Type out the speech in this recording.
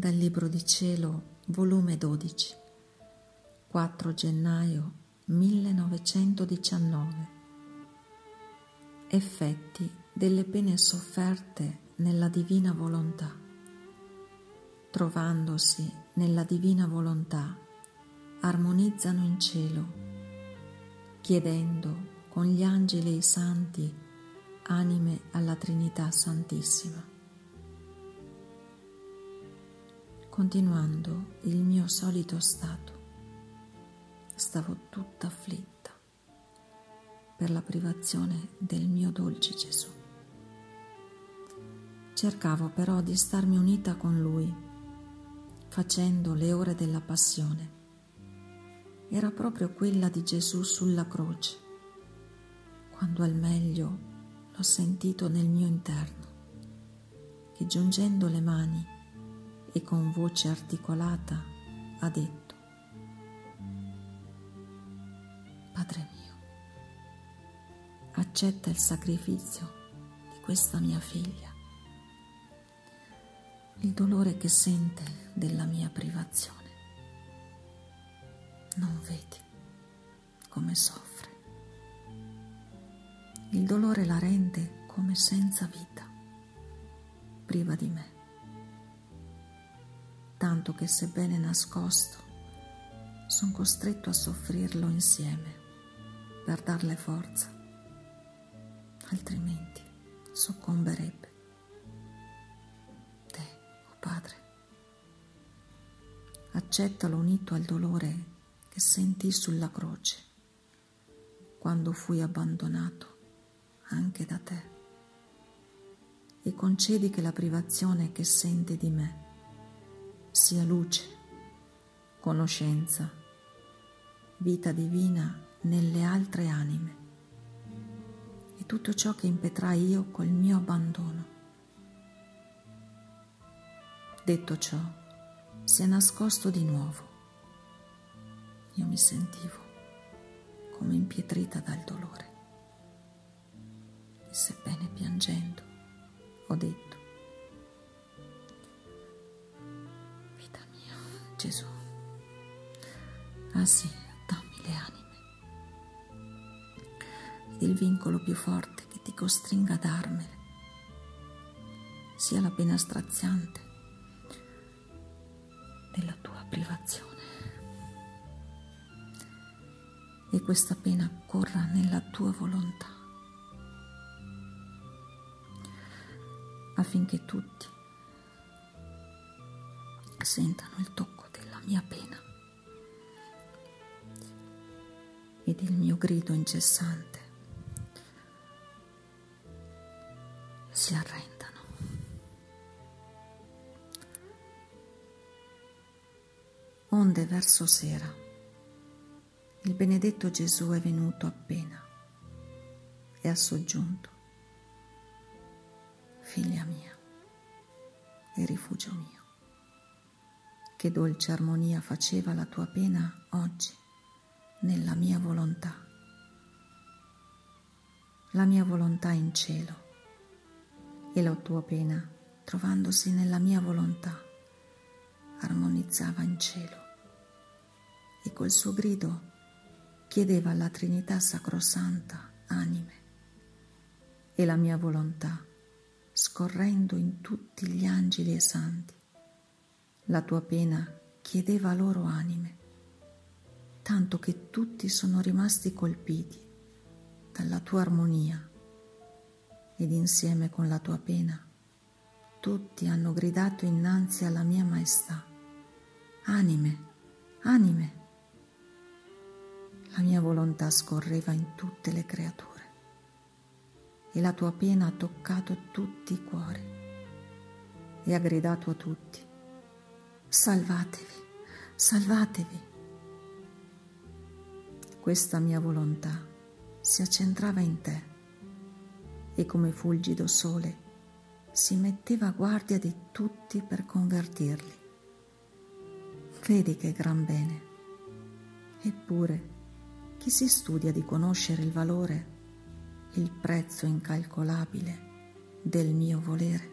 Dal Libro di Cielo, volume 12, 4 gennaio 1919. Effetti delle pene sofferte nella divina volontà. Trovandosi nella divina volontà, armonizzano in cielo, chiedendo con gli angeli e i santi anime alla Trinità Santissima. Continuando il mio solito stato, stavo tutta afflitta per la privazione del mio dolce Gesù. Cercavo però di starmi unita con Lui, facendo le ore della passione. Era proprio quella di Gesù sulla croce, quando al meglio l'ho sentito nel mio interno, che giungendo le mani e con voce articolata ha detto: Padre mio, accetta il sacrificio di questa mia figlia, il dolore che sente della mia privazione. Non vedi come soffre. Il dolore la rende come senza vita, priva di me. Tanto che, sebbene nascosto, sono costretto a soffrirlo insieme per darle forza, altrimenti soccomberebbe. Te, oh Padre, accettalo unito al dolore che sentii sulla croce, quando fui abbandonato anche da te, e concedi che la privazione che sente di me sia luce, conoscenza, vita divina nelle altre anime e tutto ciò che impetrai io col mio abbandono. Detto ciò, si è nascosto di nuovo. Io mi sentivo come impietrita dal dolore e, sebbene piangendo, ho detto: Gesù, ah sì, dammi le anime ed il vincolo più forte che ti costringa a darmele sia la pena straziante della tua privazione, e questa pena corra nella tua volontà, affinché tutti sentano il tocco della mia pena ed il mio grido incessante si arrendano. Onde verso sera il benedetto Gesù è venuto appena e ha soggiunto: Figlia mia e rifugio mio, che dolce armonia faceva la tua pena oggi nella mia volontà. La mia volontà in cielo e la tua pena, trovandosi nella mia volontà, armonizzava in cielo e col suo grido chiedeva alla Trinità Sacrosanta anime, e la mia volontà, scorrendo in tutti gli angeli e santi, la tua pena chiedeva loro anime, tanto che tutti sono rimasti colpiti dalla tua armonia, ed insieme con la tua pena tutti hanno gridato innanzi alla mia maestà: Anime, anime! La mia volontà scorreva in tutte le creature e la tua pena ha toccato tutti i cuori e ha gridato a tutti: Salvatevi, salvatevi! Questa mia volontà si accentrava in te e come fulgido sole si metteva a guardia di tutti per convertirli. Vedi che gran bene! Eppure, chi si studia di conoscere il valore, il prezzo incalcolabile del mio volere?